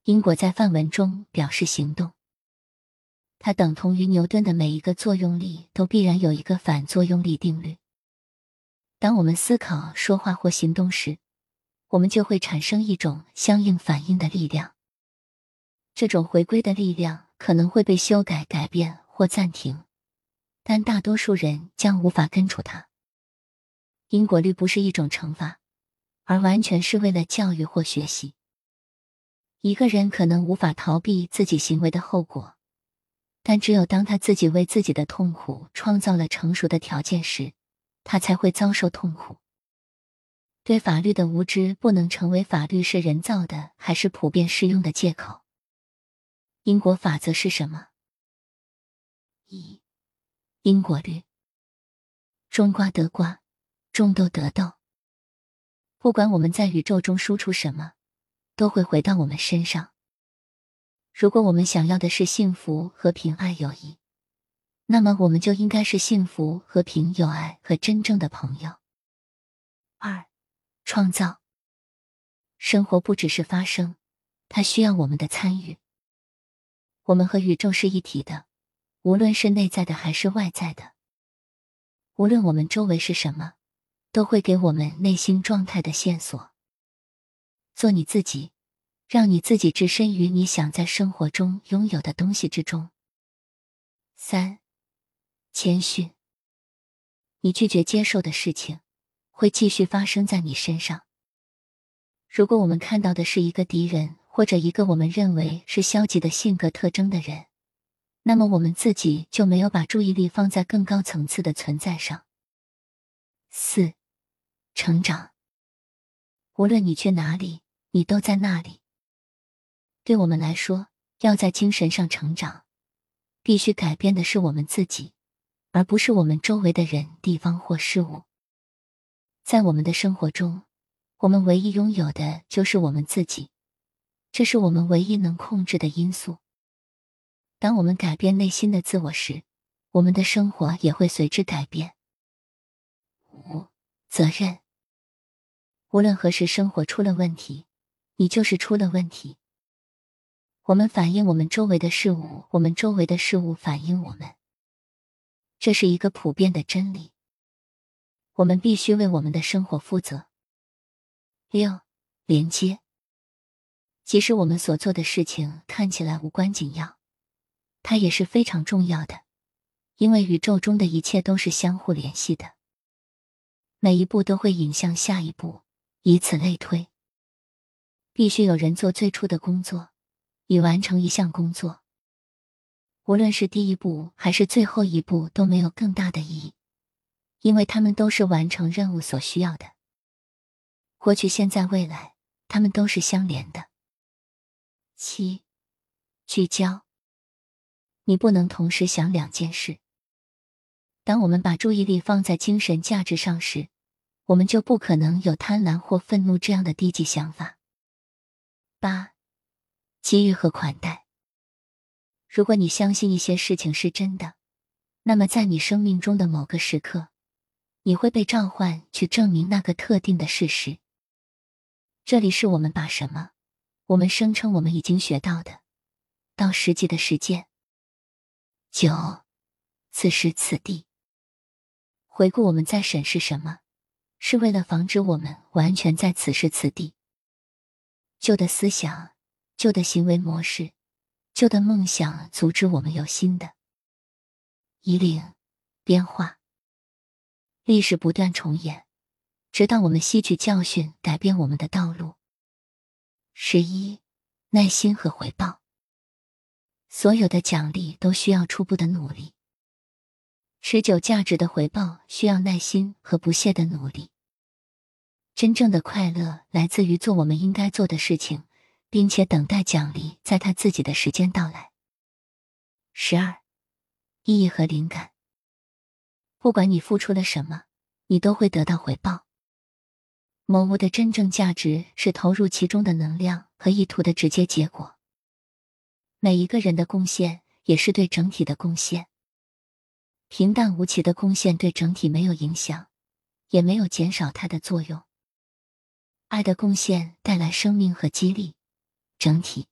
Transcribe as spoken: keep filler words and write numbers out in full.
因果在梵文中表示行动，它等同于牛顿的每一个作用力都必然有一个反作用力定律。当我们思考、说话或行动时，我们就会产生一种相应反应的力量。这种回归的力量可能会被修改、改变或暂停，但大多数人将无法根除它。因果律不是一种惩罚，而完全是为了教育或学习。一个人可能无法逃避自己行为的后果，但只有当他自己为自己的痛苦创造了成熟的条件时，他才会遭受痛苦。对法律的无知不能成为法律是人造的还是普遍适用的借口。因果法则是什么？一、因果律。种瓜得瓜，种豆得豆。不管我们在宇宙中输出什么，都会回到我们身上。如果我们想要的是幸福、和平、爱、友谊，那么我们就应该是幸福、和平、友爱和真正的朋友。二、创造。生活不只是发生，它需要我们的参与。我们和宇宙是一体的，无论是内在的还是外在的。无论我们周围是什么，都会给我们内心状态的线索。做你自己，让你自己置身于你想在生活中拥有的东西之中。三、谦逊。你拒绝接受的事情，会继续发生在你身上。如果我们看到的是一个敌人，或者一个我们认为是消极的性格特征的人，那么我们自己就没有把注意力放在更高层次的存在上。四、成长。无论你去哪里，你都在那里。对我们来说，要在精神上成长，必须改变的是我们自己，而不是我们周围的人、地方或事物。在我们的生活中，我们唯一拥有的就是我们自己，这是我们唯一能控制的因素。当我们改变内心的自我时，我们的生活也会随之改变。五、责任。无论何时生活出了问题，你就是出了问题。我们反映我们周围的事物，我们周围的事物反映我们。这是一个普遍的真理。我们必须为我们的生活负责。六、连接。即使我们所做的事情看起来无关紧要，它也是非常重要的，因为宇宙中的一切都是相互联系的。每一步都会引向下一步，以此类推。必须有人做最初的工作，以完成一项工作。无论是第一步还是最后一步都没有更大的意义，因为它们都是完成任务所需要的。过去、现在、未来，它们都是相连的。七、聚焦。你不能同时想两件事。当我们把注意力放在精神价值上时，我们就不可能有贪婪或愤怒这样的低级想法。八、给予和款待。如果你相信一些事情是真的，那么在你生命中的某个时刻，你会被召唤去证明那个特定的事实。这里是我们把什么，我们声称我们已经学到的，到实际的实践。九、此时此地。回顾我们在审视什么，是为了防止我们完全在此时此地。旧的思想、旧的行为模式、旧的梦想阻止我们有新的。引领、变化。历史不断重演，直到我们吸取教训，改变我们的道路。十一、耐心和回报。所有的奖励都需要初步的努力。持久价值的回报需要耐心和不懈的努力。真正的快乐来自于做我们应该做的事情，并且等待奖励在它自己的时间到来。十二、意义和灵感。不管你付出了什么，你都会得到回报。某物的真正价值是投入其中的能量和意图的直接结果。每一个人的贡献也是对整体的贡献。平淡无奇的贡献对整体没有影响，也没有减少它的作用。爱的贡献带来生命和激励，整体